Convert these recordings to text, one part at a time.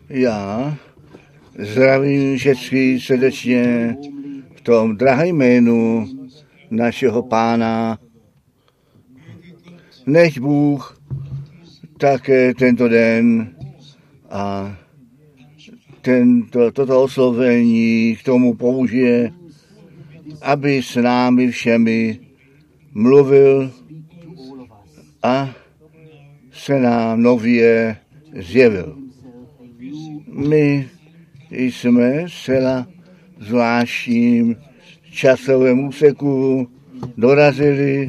Já zdravím všechny srdečně v tom drahém jménu našeho Pána. Nech Bůh také tento den a toto oslovení k tomu použije, aby s námi všemi mluvil a se nám nově zjevil. My jsme zcela zvláštním časovém úseku dorazili.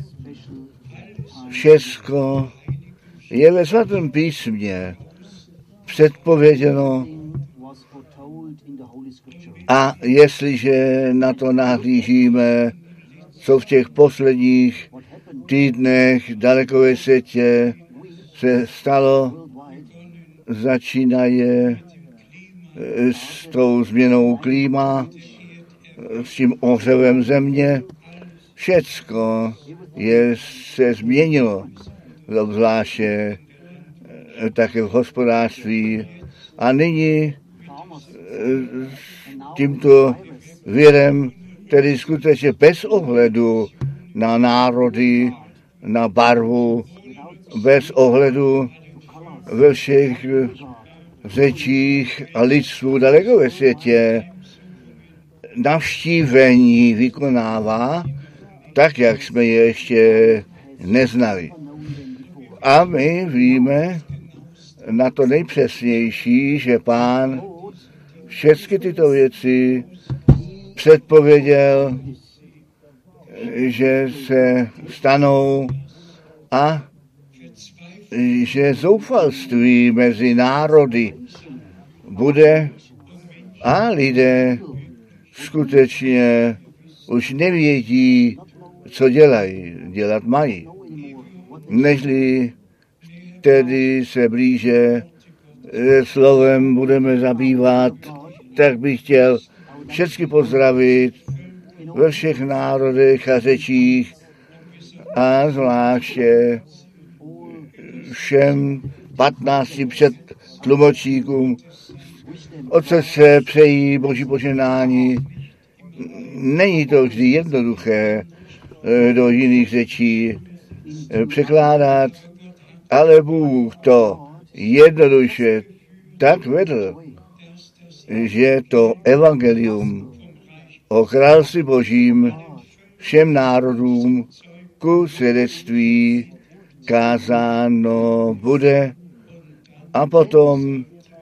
Všecko je ve svatém písmě předpověděno a jestliže na to nahlížíme, co v těch posledních týdnech daleko ve světě se stalo, začínaje s tou změnou klíma, s tím ohřevem země. Všecko se změnilo, zvláště také v hospodářství. A nyní tímto virem, tedy skutečně bez ohledu na národy, na barvu, bez ohledu ve všech řečích a lidstvu daleko ve světě, navštívení vykonává tak, jak jsme je ještě neznali. A my víme na to nejpřesnější, že Pán všechny tyto věci předpověděl, že se stanou a že zoufalství mezi národy bude a lidé skutečně už nevědí, co dělat mají. Nežli tedy se blíže slovem budeme zabývat, tak bych chtěl všechny pozdravit ve všech národech a řečích a zvláště všem 15 tlumočníkům. Od srdce přejí Boží požehnání. Není to vždy jednoduché do jiných řečí překládat, ale Bůh to jednoduše tak vedl, že to evangelium o království Božím všem národům ku svědectví kázáno bude a potom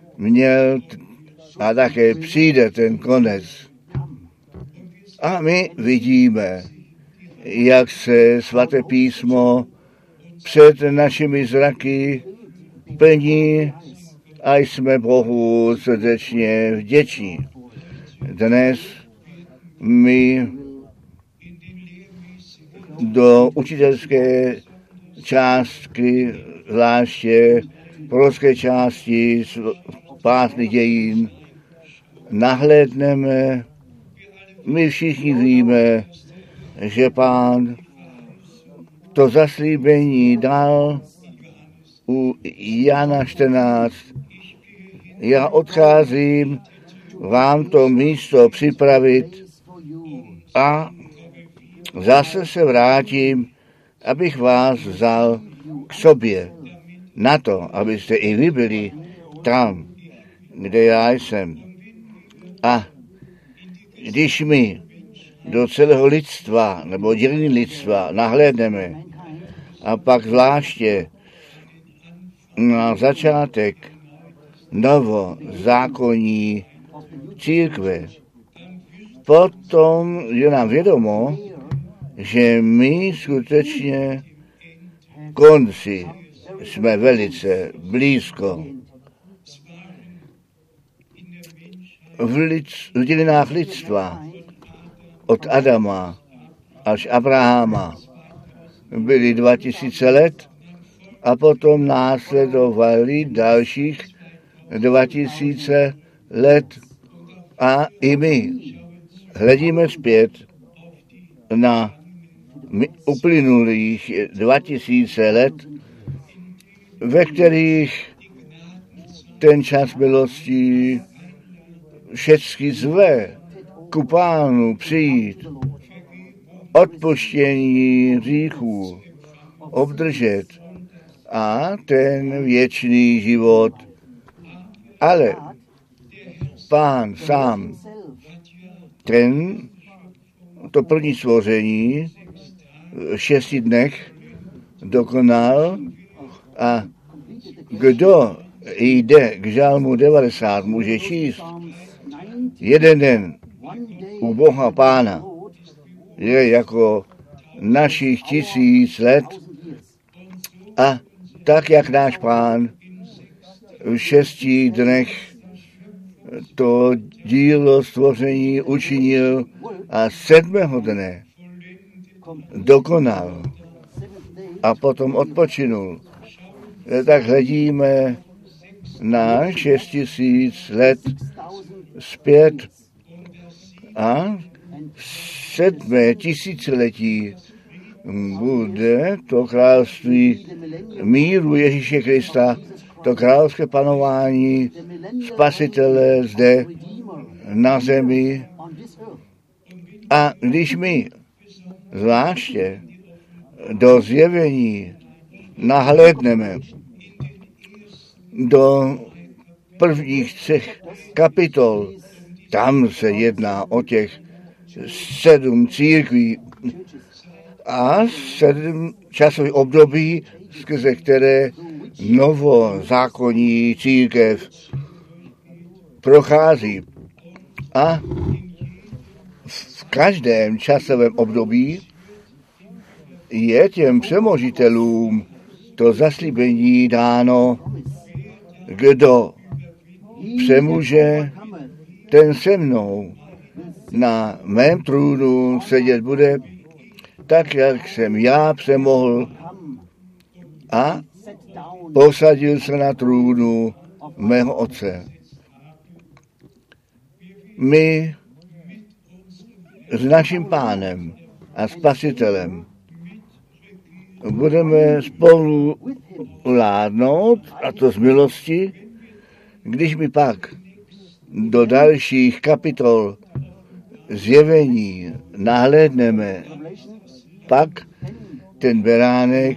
a také přijde ten konec. A my vidíme, jak se svaté písmo před našimi zraky plní a jsme Bohu srdečně vděční. Dnes my do učitelské částky, zvláště prorocké části pásny dějin, nahlédneme. My všichni víme, že Pán to zaslíbení dal u Jana 14. Já odcházím vám to místo připravit a zase se vrátím, abych vás vzal k sobě na to, abyste i vy byli tam, kde já jsem. A když my do celého lidstva nebo děliny lidstva nahlédneme a pak zvláště na začátek novozákonní církve, potom je nám vědomo, že my skutečně konci jsme velice blízko. V dějinách lidstva od Adama až Abrahama byly 2000 let a potom následovali dalších 2000 let a i my hledíme zpět na uplynulých 2000 let, ve kterých ten čas milosti všecky zve ku Pánu přijít, odpuštění hříchů obdržet a ten věčný život. Ale Pán sám, ten to první stvoření v 6 dnech dokonal a kdo jde k žalmu 90, může číst jeden den u Boha Pána je jako našich 1000 let a tak, jak náš Pán v 6 dnech to dílo stvoření učinil a 7. dne dokonal a potom odpočinul. Tak hledíme na 6000 let zpět a 7. tisíciletí bude to království míru Ježíše Krista, to královské panování Spasitele zde na zemi. A když my zvláště do zjevení nahlédneme do prvních 3 kapitol, tam se jedná o těch 7 církví a 7 časových období, skrze které novozákonní církev prochází. A v každém časovém období je těm přemožitelům to zaslíbení dáno, kdo přemůže, ten se mnou na mém trůnu sedět bude, tak jak jsem já přemohl a posadil se na trůnu mého Otce. My s naším Pánem a Spasitelem budeme spolu vládnout, a to z milosti, když my pak do dalších kapitol zjevení nahlédneme, pak ten beránek,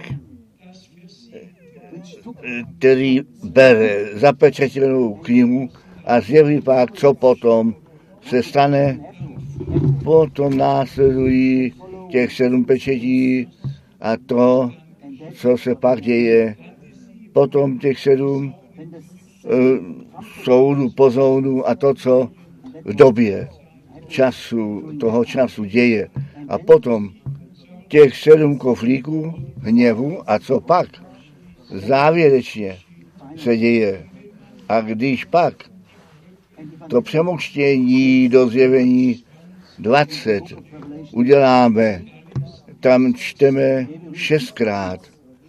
který bere zapečetěnou knihu a zjeví pak, co potom se stane. Potom následují těch 7 pečetí a to, co se pak děje. Potom těch 7 soudů, pozounů a to, co v době toho času děje. A potom těch 7 koflíků hněvu a co pak závěrečně se děje. A když pak to přemokštění do zjevení 20 uděláme, tam čteme 6krát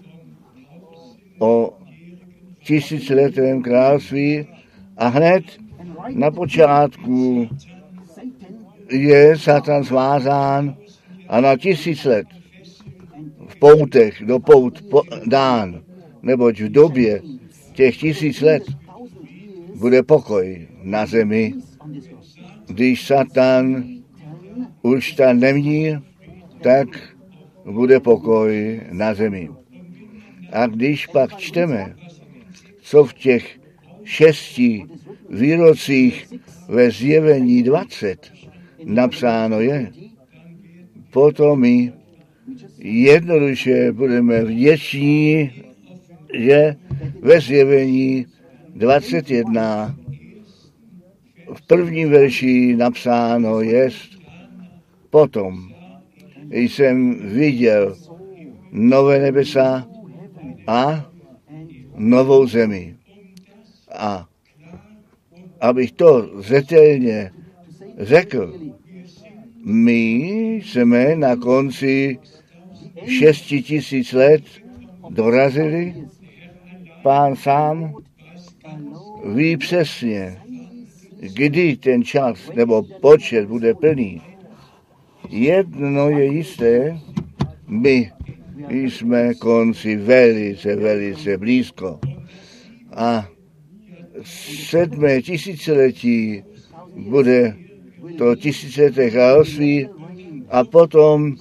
o 1000letém království a hned na počátku je Satan svázán a na 1000 let v poutech, do pout dán, neboť v době těch 1000 let bude pokoj na zemi, když Satan už tam nemí, tak bude pokoj na zemi. A když pak čteme, co v těch 6 výrocích ve zjevení 20 napsáno je, potom my jednoduše budeme vděční, že ve zjevení 21 v prvním verši napsáno jest: potom jsem viděl nové nebesa a novou zemi. A abych to zřetelně řekl, my jsme na konci 6000 let dorazili. Pán sám ví přesně, kdy ten čas nebo počet bude plný. Jedno je jisté, my jsme konci velice blízko. A 7. tisíciletí bude to tisícileté království a potom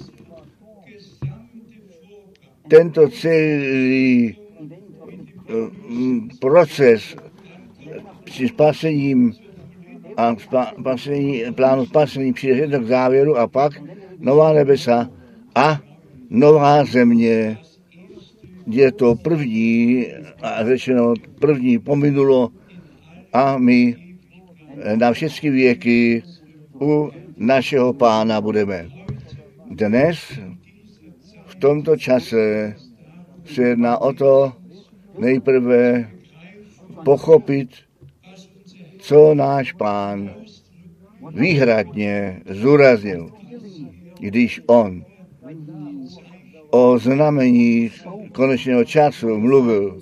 tento celý proces při spasením a plánu spasení přijde k závěru a pak nová nebesa a nová země. Je to první, a řečeno první pominulo a my na všechny věky u našeho Pána budeme. Dnes, v tomto čase, se jedná o to nejprve pochopit, co náš Pán výhradně zúraznil, když on o znameních konečného času mluvil.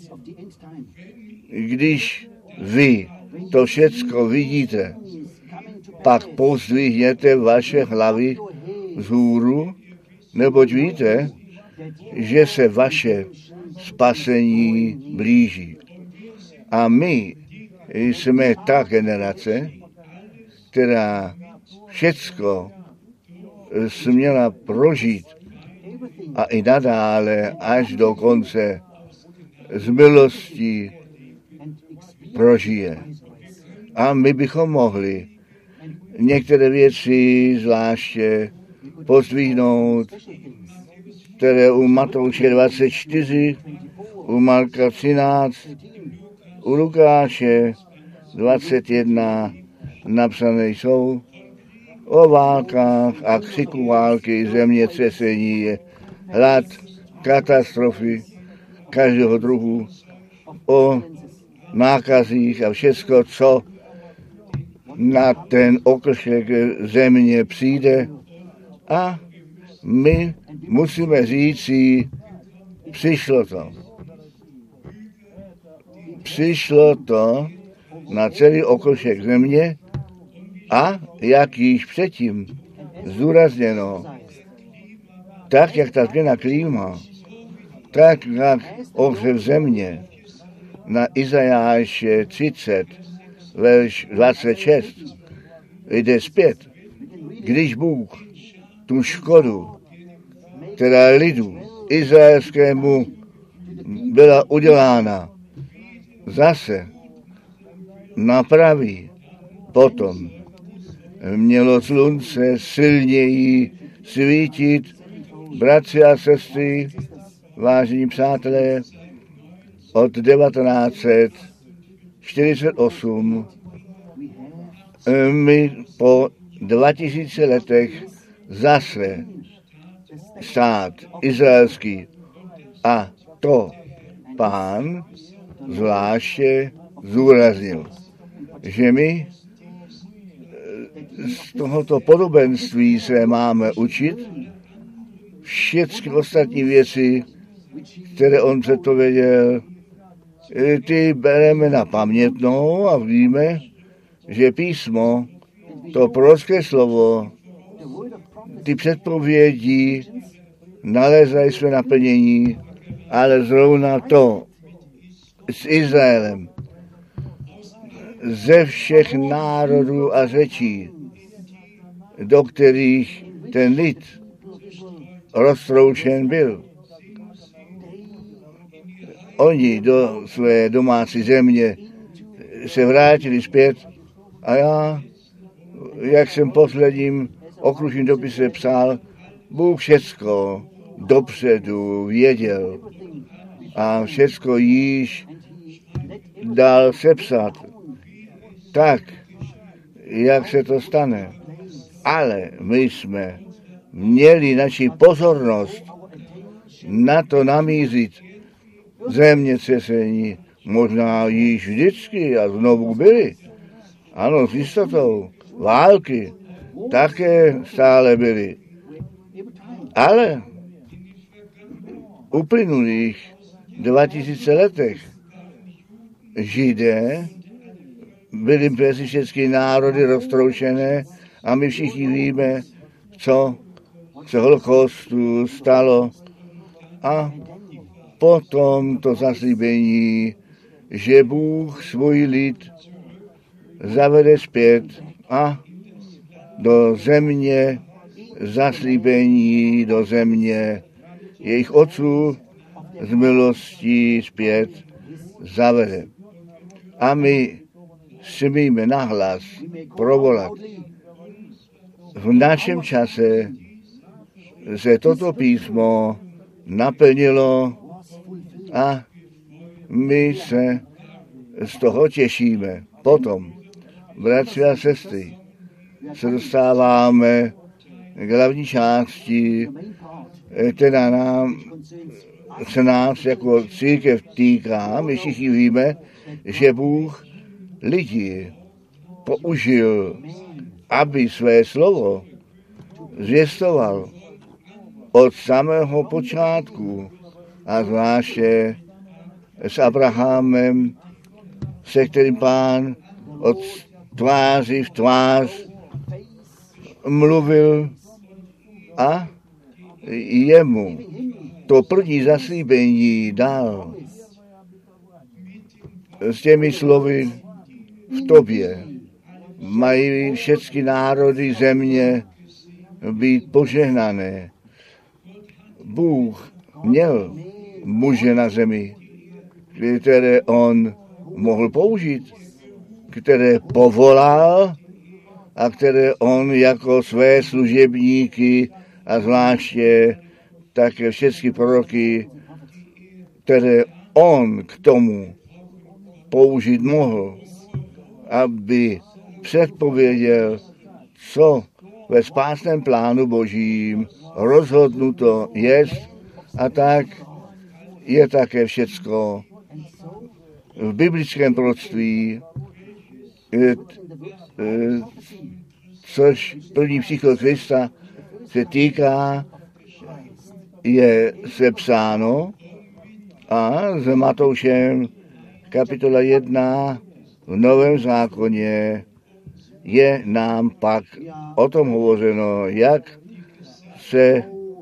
Když vy to všecko vidíte, pak pozdvihněte vaše hlavy vzhůru, neboť víte, že se vaše spasení blíží. A my jsme ta generace, která všecko směla prožít a i nadále až do konce z milostí prožije. A my bychom mohli některé věci zvláště pozdvihnout, které u Matouše 24, u Marka 13, u Lukáše 21 napsané jsou o válkách a křiku války, zemětřesení, hlad, katastrofy každého druhu, o nákazích a všecko, co na ten okršek země přijde. A my musíme říci, přišlo to. Přišlo to na celý okršek země a jak již předtím zdůrazněno, tak jak ta změna klíma, tak jak ohřev země na Izajáše 30, verš 26, jde zpět, když Bůh tu škodu, která lidu izraelskému byla udělána, zase napraví, potom mělo slunce silněji svítit. Bratři a sestry, vážení přátelé, od 1948 my po 2000 letech zase stát izraelský a to Pán zvláště zúraznil, že my z tohoto podobenství se máme učit. Všechny ostatní věci, které on předpověděl, ty bereme na pamětnou a víme, že písmo, to prorocké slovo, ty předpovědi nalézají své naplnění, ale zrovna to s Izraelem ze všech národů a řečí, do kterých ten lid roztroušen byl. Oni do své domácí země se vrátili zpět a já, jak jsem posledním okružním dopise psal, Bůh všecko dopředu věděl a všecko již dal sepsat tak, jak se to stane. Ale my jsme měli naši pozornost na to namířit. Zemětřesení možná již vždycky a znovu byly. Ano, s jistotou. Války také stále byly. Ale uplynulých 2000 letech Židé byli přes všechny národy roztroušené a my všichni víme, co se holokaustu stalo a potom to zaslíbení že Bůh svůj lid zavede zpět a do země zaslíbení, do země jejich otců z milostí zpět zavede. A my smíme nahlas provolat. V našem čase se toto písmo naplnilo a my se z toho těšíme. Potom, bratři a sestry, se dostáváme k hlavní části, která se nás jako církev týká. My všichni víme, že Bůh lidi použil, aby své slovo zvěstoval od samého počátku a zvláště s Abrahamem, se kterým Pán od tváři v tvář mluvil a jemu to první zaslíbení dal s těmi slovy: v tobě mají všechny národy země být požehnané. Bůh měl muže na zemi, které on mohl použít, které povolal a které on jako své služebníky a zvláště také všechny proroky, které on k tomu použít mohl, aby předpověděl, co ve spásném plánu Božím rozhodnuto jest, a tak je také všecko v biblickém proroctví, což první příchod Krista se týká, je sepsáno a s Matoušem kapitola 1 v Novém zákoně je nám pak o tom hovořeno, jak se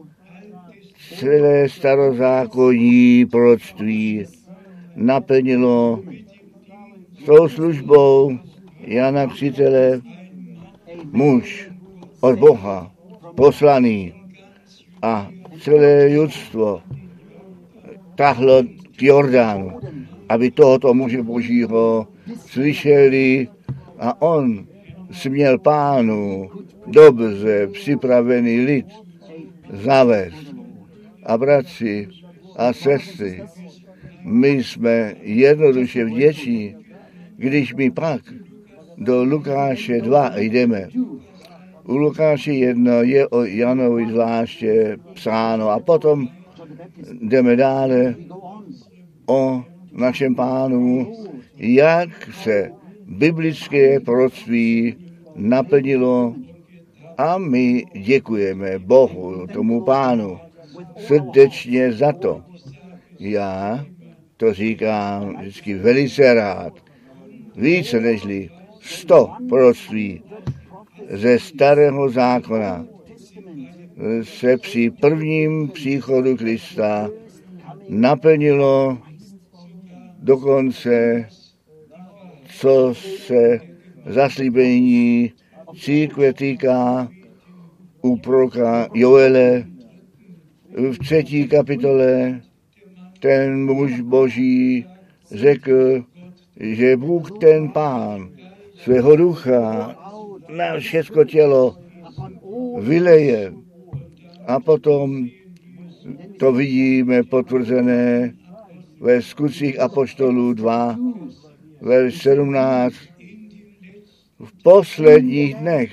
celé starozákonní proroctví naplnilo s tou službou Jana Křtitele, muž od Boha poslaný, a celé lidstvo tahlo k Jordánu, aby tohoto muže Božího slyšeli, a on směl Pánu dobře připravený lid zavést. A bratři a sestry, my jsme jednoduše vděční, když my pak do Lukáše 2 jdeme. U Lukáše 1 je o Janovi zvláště psáno a potom jdeme dále o našem Pánu, jak se biblické proroctví naplnilo, a my děkujeme Bohu, tomu Pánu, srdečně za to. Já to říkám vždycky velice rád. Více nežli 100 proroctví ze Starého zákona se při prvním příchodu Krista naplnilo, dokonce co se zaslíbení církve týká u proroka Joele v 3. kapitole. Ten muž Boží řekl, že Bůh ten Pán svého ducha na všechno tělo vyleje. A potom to vidíme potvrzené ve Skutcích apoštolů 2, verš 17. V posledních dnech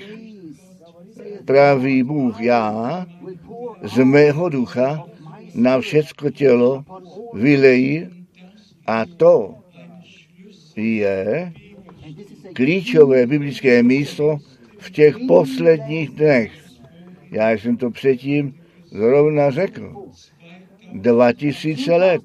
praví Bůh, já z mého ducha na všechno tělo vylejí, a to je klíčové biblické místo v těch posledních dnech. Já jsem to předtím zrovna řekl. 2000 let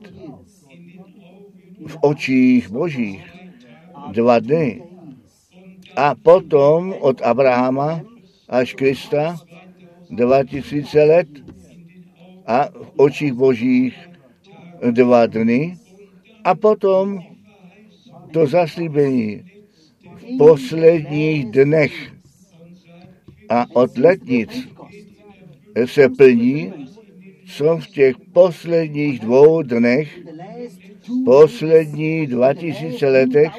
v očích Božích 2 dny. A potom od Abrahama až Krista 2000 let a v očích Božích 2 dny. A potom to zaslíbení v posledních dnech a od letnic se plní, co v těch posledních 2 dnech, posledních 2000 letech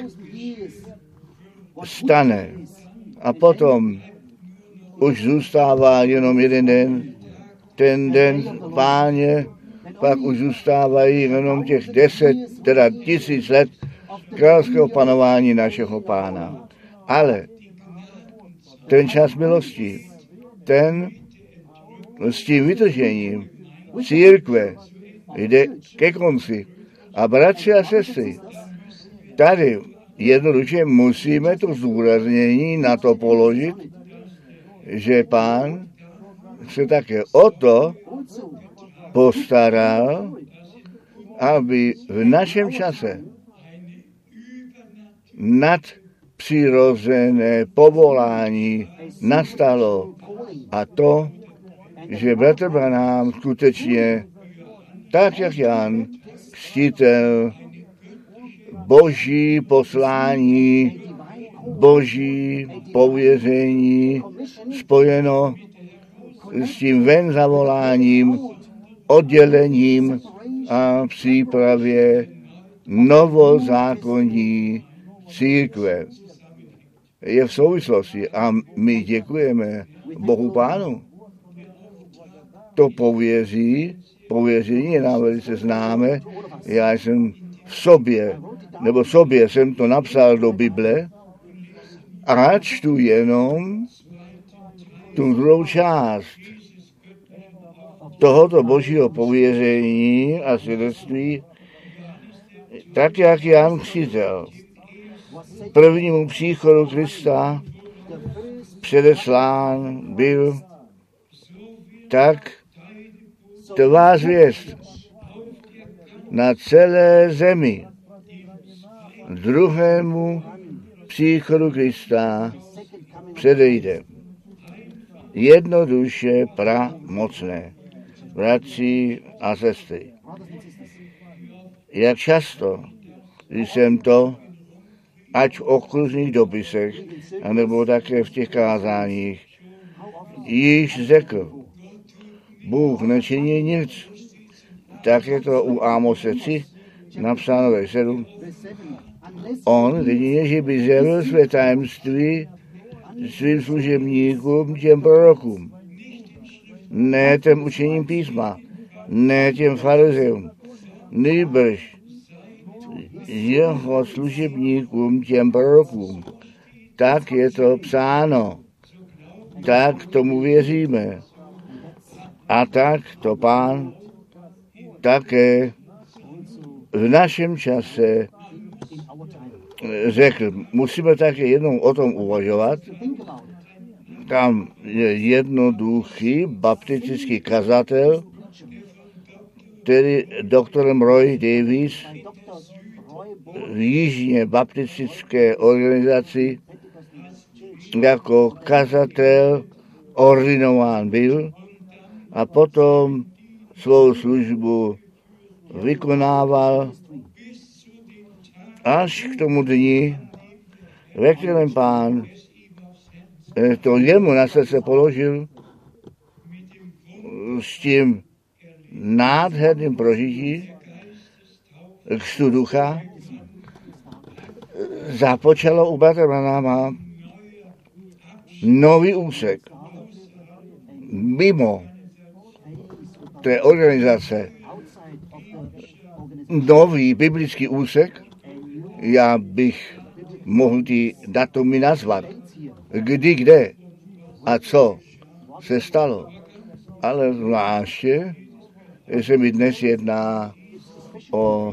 stane. A potom už zůstává jenom jeden den, ten den Páně, pak už zůstávají jenom těch 1000 let královského panování našeho Pána. Ale ten čas milosti, ten s tím vytržením církve jde ke konci. A bratři a sestry, tady jednoduše musíme to zdůraznění na to položit, že Pán se také o to postaral, aby v našem čase nadpřirozené povolání nastalo a to, že bratr Branham skutečně, tak jak Jan, křtitel, boží poslání, boží pověření spojeno s tím ven zavoláním, oddělením a přípravě novozákonní církve. Je v souvislosti a my děkujeme Bohu Pánu. To pověření je nám velice známé. Já jsem sobě jsem to napsal do Bible a čtu jenom tu druhou část tohoto božího pověření a svědectví, tak jak Jan Křtitel prvnímu příchodu Krista předeslán byl, tak tvá zvěst na celé zemi druhému příchodu Krista předejde. Jednoduše pramocné, bratři a sestry. Jak často jsem to, ať v okružných dopisech, anebo také v těch kázáních, již řekl, Bůh nečiní nic. Tak je to u Ámose 3, napsáno ve 7. On, jedině, že by zjevil své tajemství svým služebníkům, těm prorokům. Ne těm učením písma, ne těm farizeům, nýbrž jeho služebníkům, těm prorokům. Tak je to psáno. Tak tomu věříme. A tak to Pán také v našem čase řekl. Musíme také jednou o tom uvažovat. Tam je jednoduchý baptistický kazatel, který doktorem Roy Davis v jižně baptistické organizaci jako kazatel ordinován byl a potom svou službu vykonával až k tomu dni, ve kterém Pán to jemu na srdce položil s tím nádherným prožití křtu ducha, započalo u bratra Branhama nový úsek mimo té organizace, nový biblický úsek, já bych mohl ty datumy nazvat, kdy, kde a co se stalo. Ale zvláště se mi dnes jedná o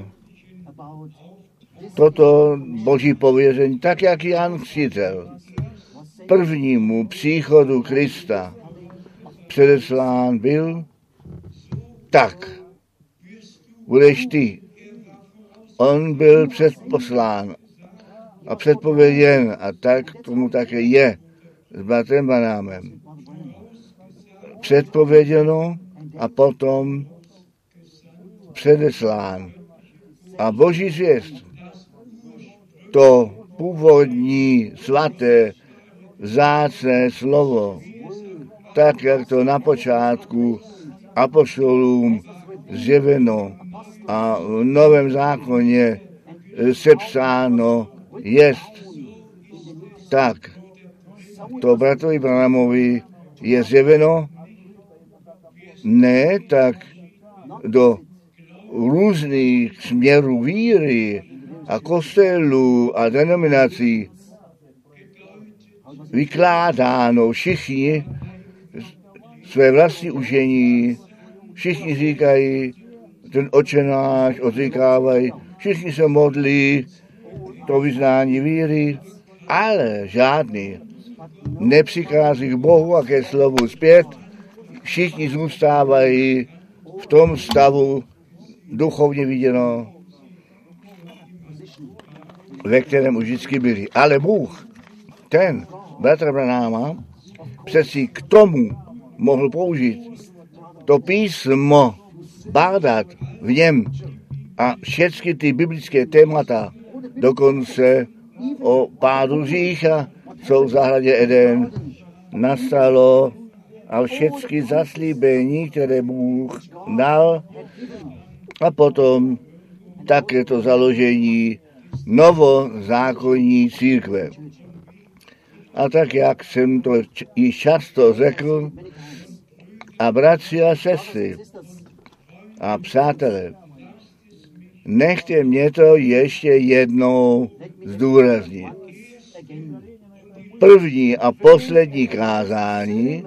toto boží pověření, tak jak Jan Křtitel prvnímu příchodu Krista předeslán byl, tak budeš ty. On byl předposlán a předpověděn a tak tomu také je s bratrem Branhamem. Předpověděno a potom předeslán. A boží zvěst, to původní svaté vzácné slovo, tak jak to na počátku apoštolům zjeveno a v Novém zákoně sepsáno jest, tak to bratrovi Branhamovi je zjeveno ne tak do různých směrů víry a kostelů a denominací vykládáno všichni své vlastní učení, všichni říkají, ten očenáš odříkávají, všichni se modlí, to vyznání víry, ale žádný nepřichází k Bohu a ke slovu zpět, všichni zůstávají v tom stavu duchovně viděno, ve kterém už vždycky byli. Ale Bůh, ten bratra Branhama, přeci k tomu mohl použít to písmo, bádat v něm a všechny ty biblické témata, dokonce o pádu hřícha, co v zahradě Eden nastalo a všechny zaslíbení, které Bůh dal, a potom také to založení novozákonní církve. A tak, jak jsem to již často řekl, a bratři a sestry a přátelé, nechte mě to ještě jednou zdůraznit. První a poslední kázání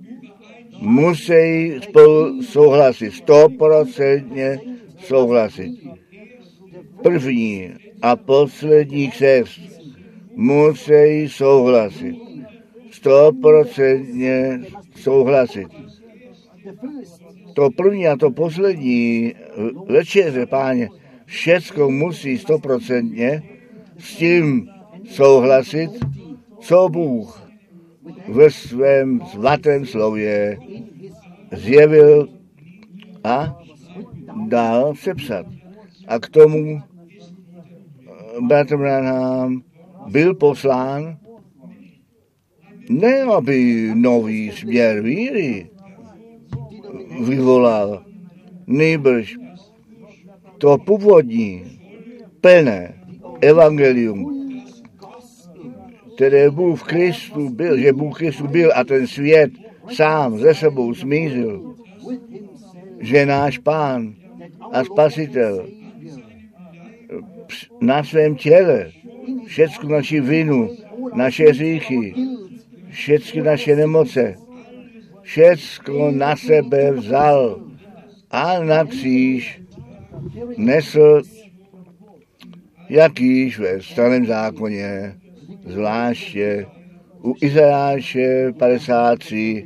musí spolu souhlasit, 100% souhlasit. První a poslední křest musí souhlasit, 100% souhlasit. To první a to poslední večeře, Páně, všecko musí 100% s tím souhlasit, co Bůh ve svém svatém slově zjevil a dal sepsat. A k tomu bratr Branham byl poslán ne, aby nový směr víry vyvolal, nýbrž to původní, plné evangelium, které Bůh v Kristu byl, že Bůh Kristu byl a ten svět sám ze sebou smířil, že náš Pán a Spasitel na svém těle všecku naši vinu, naše hříchy, všechny naše nemoce, všecko na sebe vzal a na kříž nesl, jakýž ve Starém zákoně, zvláště u Izajáše 53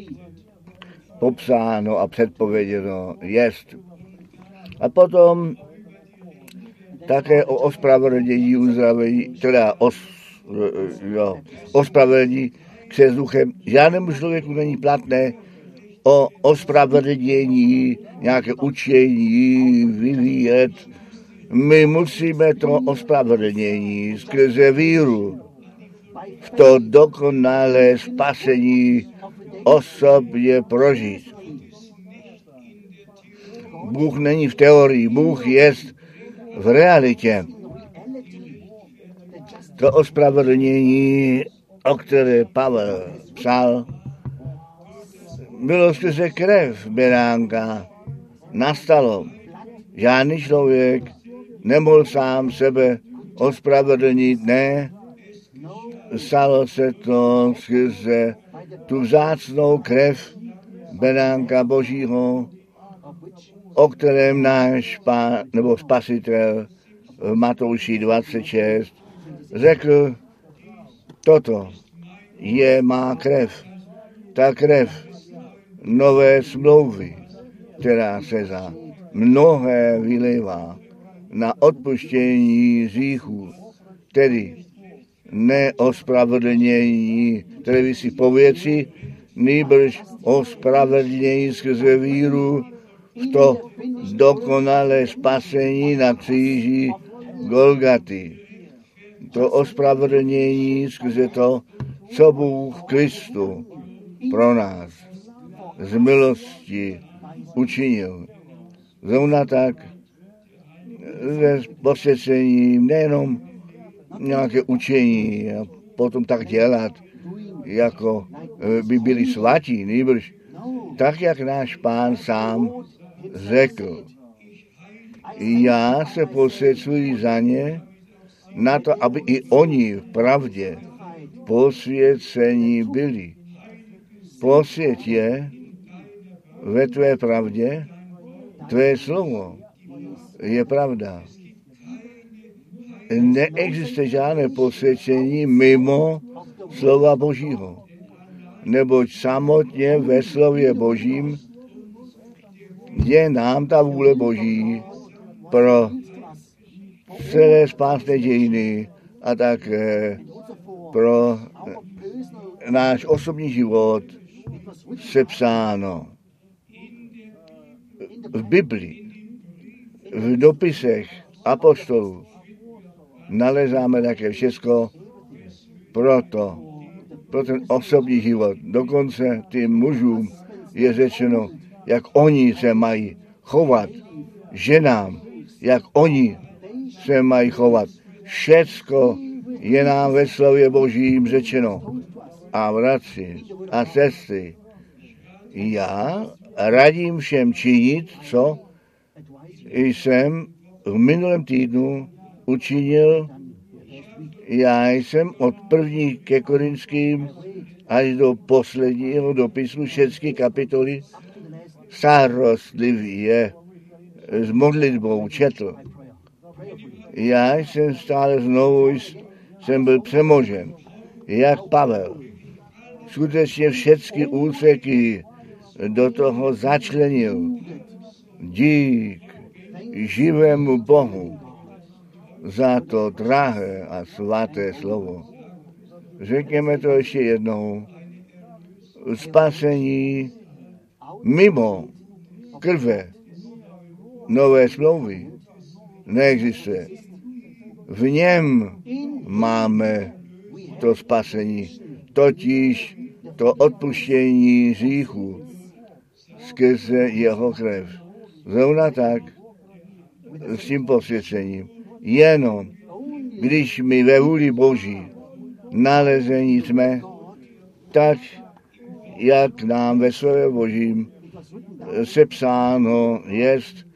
popsáno a předpověděno jest. A potom také o ospravedlnění uzdravení, teda ospravedlnění křest duchem. Žádnému člověku není platné o ospravedlnění, nějaké učení vyvíjet. My musíme to ospravedlnění skrze víru v to dokonalé spasení osobně prožít. Bůh není v teorii, Bůh je v realitě. To ospravedlnění, o které Pavel psal, bylo skrze krev beránka, nastalo. Žádný člověk nemohl sám sebe ospravedlnit, ne. Stalo se to skrze tu vzácnou krev beránka Božího, o kterém náš Pán nebo Spasitel v Matouši 26 řekl, toto je má krev, ta krev nové smlouvy, která se za mnohé vylejvá na odpuštění hříchů, tedy neospravedlnění, které visí po věci, nýbrž ospravedlnění skrze víru v to dokonalé spasení na kříži Golgaty. to ospravedlnění skrze to, co Bůh v Kristu pro nás z milosti učinil. Zrovna tak s posvěcením nejenom nějaké učení a potom tak dělat, jako by byli svatí, nýbrž tak, jak náš Pán sám řekl. Já se posvěcuji za ně, na to, aby i oni v pravdě posvěcení byli. Posvěť je ve tvé pravdě, tvé slovo je pravda. Neexistuje žádné posvěcení mimo slova Božího, neboť samotně ve slově Božím je nám ta vůle Boží pro celé spásné dějiny a také pro náš osobní život sepsáno. V Biblii, v dopisech apoštolů nalezáme také všechno pro ten osobní život. Dokonce tím mužům je řečeno, jak oni se mají chovat, ženám, jak oni se mají chovat. Všecko je nám ve slově Božím řečeno. A bratři a sestry, já radím všem činit, co jsem v minulém týdnu učinil. Já jsem od 1. ke Korinským až do posledního dopisu všechny kapitoly starostlivě s modlitbou četl. Já jsem stále znovu jsem byl přemožen, jak Pavel. Skutečně všechny úseky do toho začlenil. Dík živému Bohu za to drahé a svaté slovo. Řekněme to ještě jednou. Spasení mimo krve nové smlouvy neexistuje. V něm máme to spasení, totiž to odpuštění hříchů skrze jeho krev. Zrovna tak s tím posvěcením. Jenom když my ve vůli Boží nalezení jsme, tak jak nám ve slově Božím sepsáno jest,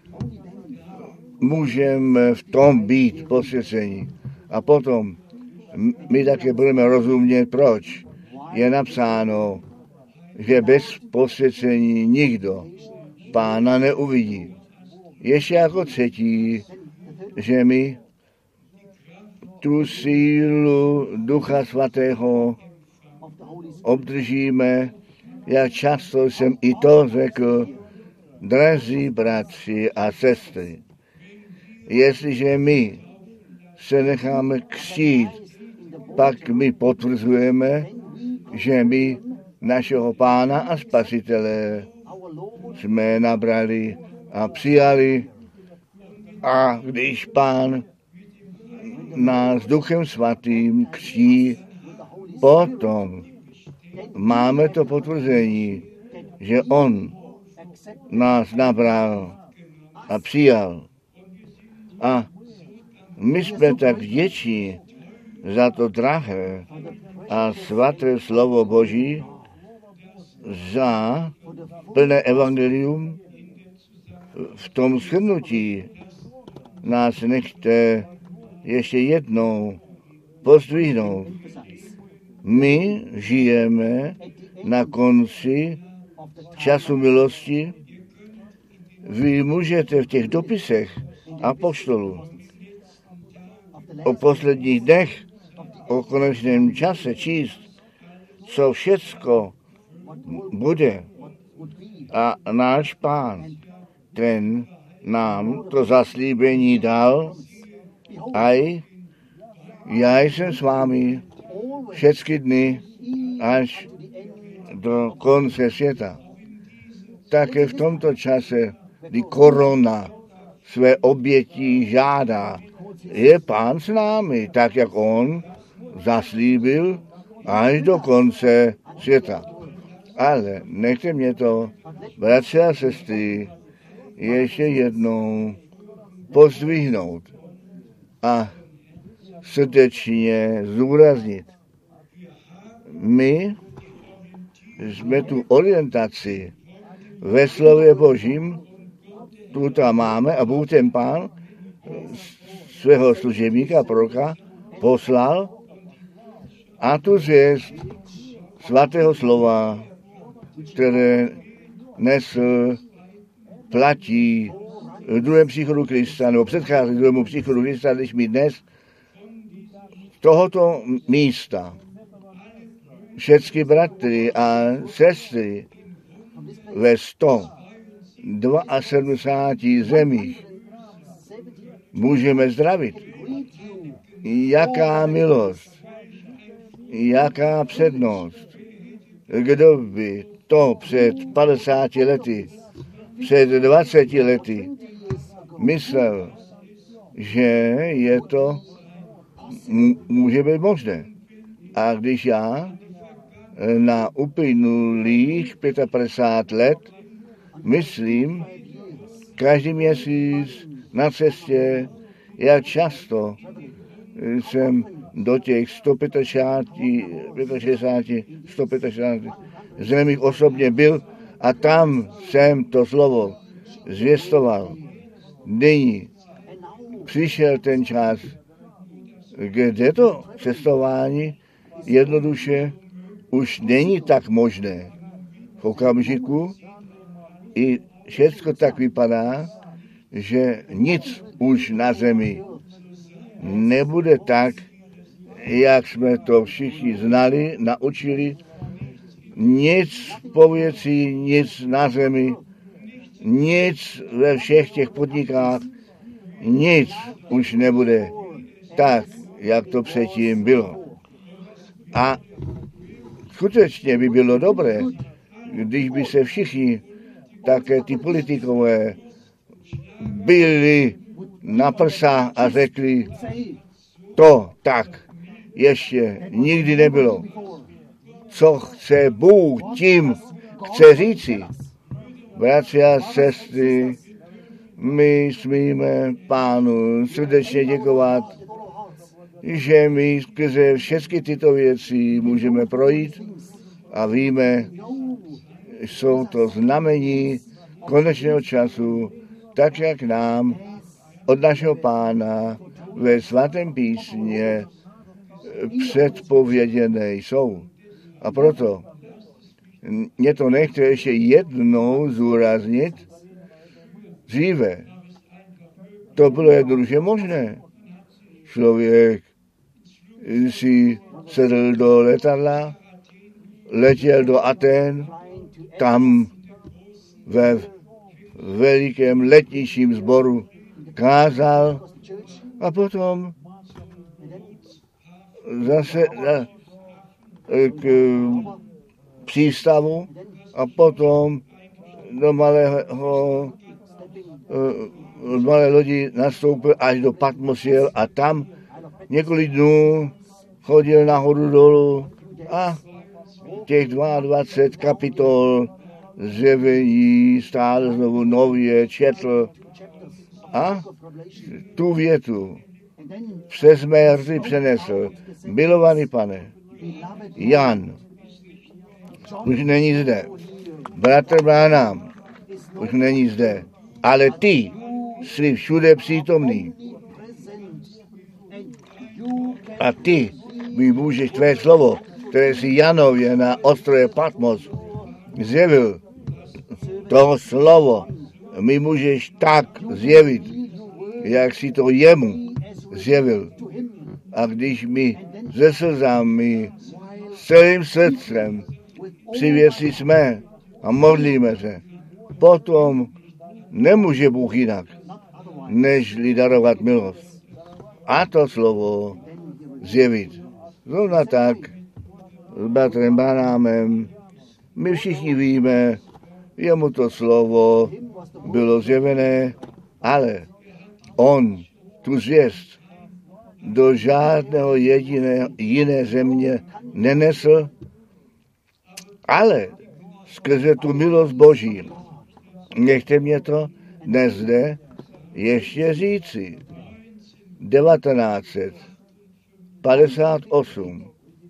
můžeme v tom být posvěcení. A potom my také budeme rozumět, proč je napsáno, že bez posvěcení nikdo Pána neuvidí. Ještě jako třetí, že my tu sílu Ducha Svatého obdržíme, jak často jsem i to řekl, drazí bratři a sestry. Jestliže my se necháme křtít, pak my potvrzujeme, že my našeho Pána a Spasitele jsme nabrali a přijali. A když Pán nás Duchem Svatým křtí, potom máme to potvrzení, že On nás nabral a přijal. A my jsme tak vděční za to drahé a svaté slovo Boží, za plné evangelium. V tom shrnutí nás nechte ještě jednou pozdvihnout. My žijeme na konci času milosti. Vy můžete v těch dopisech apoštolů o posledních dnech, o konečném čase číst, co všecko bude. A náš Pán, ten nám to zaslíbení dal, a já jsem s vámi všechny dny až do konce světa. Také v tomto čase, kdy korona své oběti žádá je Pán s námi, tak jak on zaslíbil až do konce světa. Ale nechte mě to, bratři a sestry, ještě jednou pozdvihnout a srdečně zdůraznit. My jsme tu orientaci ve slově Božím, tu tam máme a Bůh ten Pán svého služebníka, proroka, poslal a tu zvěst svatého slova, které nesl, platí v druhém příchodu Krista, nebo předchází druhému příchodu Krista, když my dnes z tohoto místa všechny bratry a sestry ve 172 zemích můžeme zdravit. Jaká milost, jaká přednost. Kdo by to před 50 lety, před 20 lety myslel, že je to může být možné. A když já na uplynulých 55 let myslím, každý měsíc na cestě, jak často jsem do těch 165 zemích osobně byl a tam jsem to slovo zvěstoval. Nyní přišel ten čas, kde to cestování jednoduše už není tak možné. V okamžiku i všechno tak vypadá, že nic už na zemi nebude tak, jak jsme to všichni znali, naučili. Nic pověcí, nic na zemi, nic ve všech těch podnikách, nic už nebude tak, jak to předtím bylo. A skutečně by bylo dobré, když by se všichni, také ty politikové, byli na prsa a řekli, to tak ještě nikdy nebylo. Co chce Bůh, tím chce říci. Bratři a sestry, my smíme Pánu srdečně děkovat, že my skrze všechny tyto věci můžeme projít a víme, jsou to znamení konečného času, tak jak nám od našeho Pána ve svatém písmě předpověděné jsou. A proto mě to nechce ještě jednou zúraznit. Dříve to bylo jednoduše možné. Člověk si sedl do letadla, letěl do Aten, tam ve velikém letničním sboru kázal a potom zase k přístavu a potom do malé lodi nastoupil až do Patmos jel a tam několik dnů chodil nahoru dolů a těch 22 kapitol zjevení stále znovu nově četl a tu větu přes mé rty přenesl. Milovaný Pane, Jan už není zde, bratr Branham už není zde, ale ty jsi všude přítomný. A ty mi můžeš tvé slovo, které si Janově na ostrově Patmos zjevil, toho slovo mi můžeš tak zjevit, jak si to jemu zjevil. A když mi ze slzami, s celým srdcem přivěsí jsme a modlíme se, potom nemůže Bůh jinak, než darovat milost. A to slovo zjevit. Zrovna tak s bratrem Branhamem my všichni víme, jemu to slovo bylo zjevené, ale on tu zvěst do žádného jiné země nenesl, ale skrze tu milost Boží. Nechte mě to dnes zde ještě říci. 1958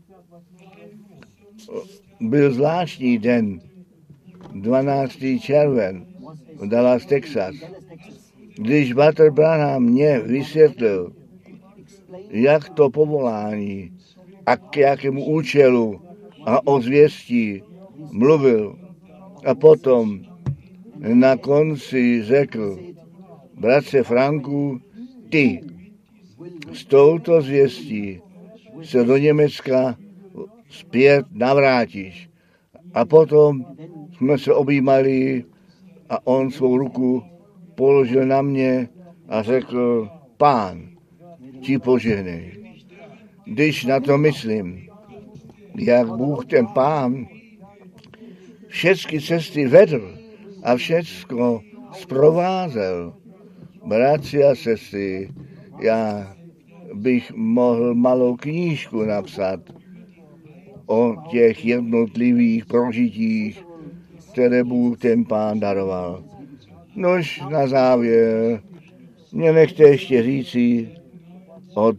byl zvláštní den, 12. červen v Dallas, Texas, když Walter Branham mě vysvětlil, jak to povolání a k jakému účelu a o zvěstí mluvil. A potom na konci řekl, bratře Franku, ty s touto zvěstí se do Německa zpět navrátíš. A potom jsme se objímali a on svou ruku položil na mě a řekl, Pán ti požehnej. Když na to myslím, jak Bůh ten Pán všechny cesty vedl a všecko zprovázel, bratři a sestry, já bych mohl malou knížku napsat o těch jednotlivých prožitích, které Bůh ten Pán daroval. Nož na závěr mě nechte ještě říci, od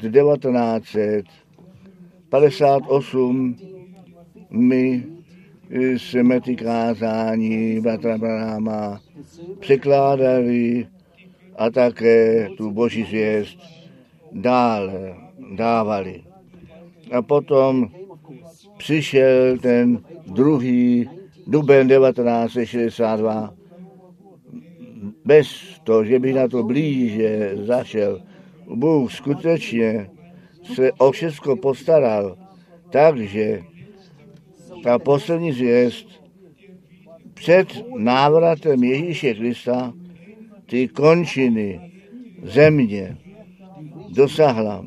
1958 my jsme ty kázání bratra Branhama překládali a také tu Boží zvěst dále dávali. A potom přišel ten 2. duben 1962. Bez toho, že bych na to blíže zašel, Bůh skutečně se o všechno postaral, takže ta poslední zvěst před návratem Ježíše Krista ty končiny země dosahla.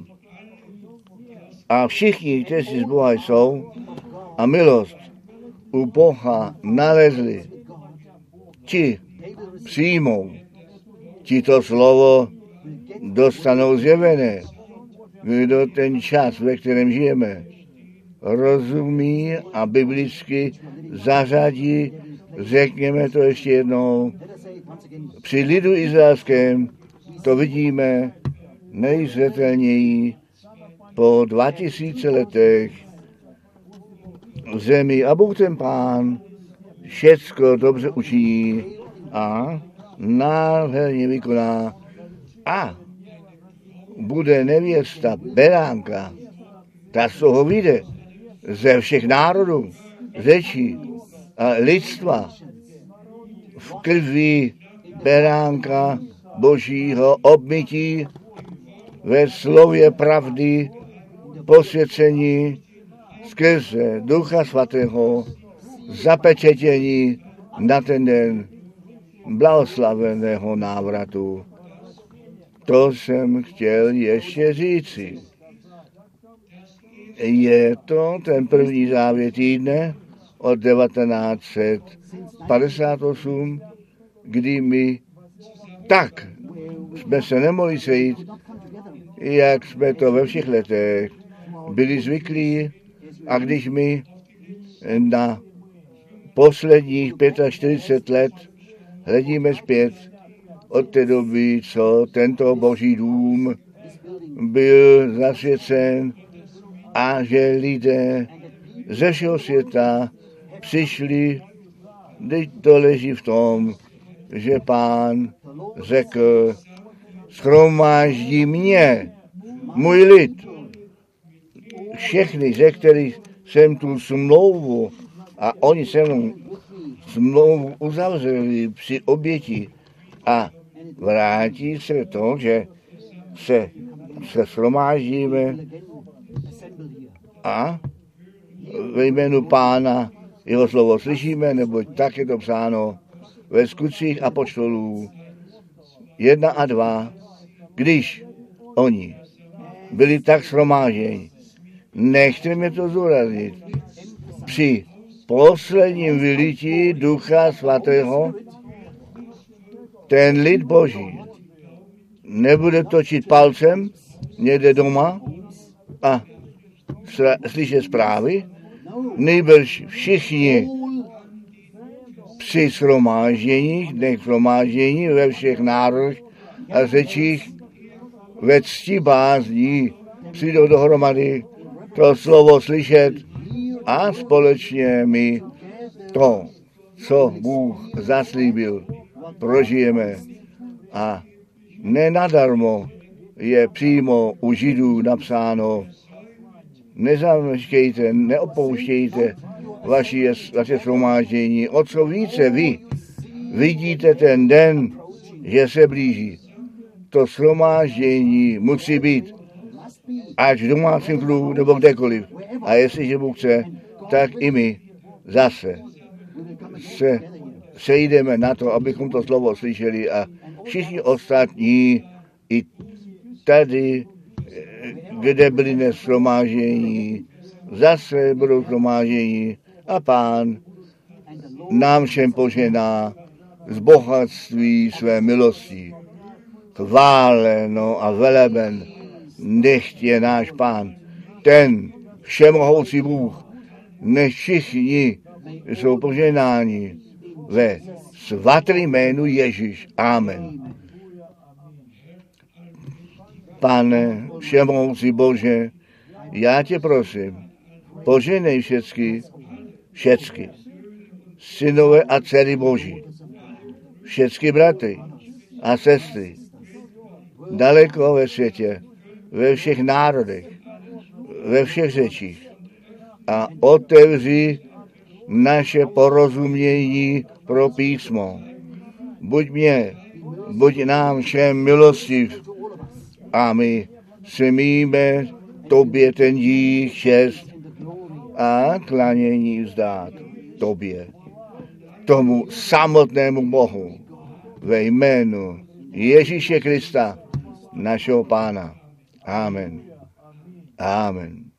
A všichni, kteří z Boha jsou a milost u Boha nalezli, ti přijmou, ti to slovo dostanou zjevené. Kdo ten čas, ve kterém žijeme, rozumí a biblicky zařadí, řekněme to ještě jednou, při lidu izraelském to vidíme nejzřetelněji po 2000 letech v zemi a Bůh ten Pán všecko dobře učiní a nádherně vykoná a bude nevěsta beránka, ta z toho vyjde ze všech národů, řečí a lidstva v krvi beránka Božího obmytí ve slově pravdy posvěcení skrze Ducha Svatého zapečetění na ten den blahoslaveného návratu. To jsem chtěl ještě říci. Je to ten první závěr týdne od 1958, kdy my tak jsme se nemohli sejít, jak jsme to ve všech letech byli zvyklí, a když my na posledních 45 let hledíme zpět od té doby, co tento Boží dům byl zasvěcen a že lidé ze všeho světa přišli, teď to leží v tom, že Pán řekl, shromáždí mě, můj lid, všechny, ze kterých jsem tu smlouvu a oni se mnou smlouvu uzavřeli při oběti a vrátí se to, že se shromáždíme a ve jménu Pána jeho slovo slyšíme, neboť tak je to psáno ve skutcích apoštolů 1 a 2, když oni byli tak shromážděni. Nechte mě to zdůraznit. Při posledním vylití Ducha Svatého ten lid Boží nebude točit palcem někde doma a slyšet zprávy, nejbrž všichni při shromážděních, dnech shromáždění ve všech národech a řečích ve cti bázní přijdou dohromady to slovo slyšet a společně my to, co Bůh zaslíbil, prožijeme. A nenadarmo je přímo u Židů napsáno: nezameškejte, neopouštějte vaše shromáždění. O co více vy vidíte ten den, že se blíží. To shromáždění musí být, ať v domácím kruhu nebo kdekoliv. A jestliže Bůh chce, tak i my zase se sejdeme na to, abychom to slovo slyšeli a všichni ostatní i tady, kde byli dnes shromáždění, zase budou shromáždění a Pán nám všem požená z bohatství své milosti. Chváleno a veleben nechť je náš Pán, ten všemohoucí Bůh, než všichni jsou poženáni ve svatém jménu Ježíš. Amen. Pane všemohoucí Bože, já tě prosím, poženej všecky synové a dcery Boží, všecky bratry a sestry, daleko ve světě, ve všech národech, ve všech řečích a otevři naše porozumění pro písmo. Buď nám všem milostiv a my smíme tobě ten dík, čest a klanění vzdát tobě, tomu samotnému Bohu, ve jménu Ježíše Krista, našeho Pána. Amen. Amen.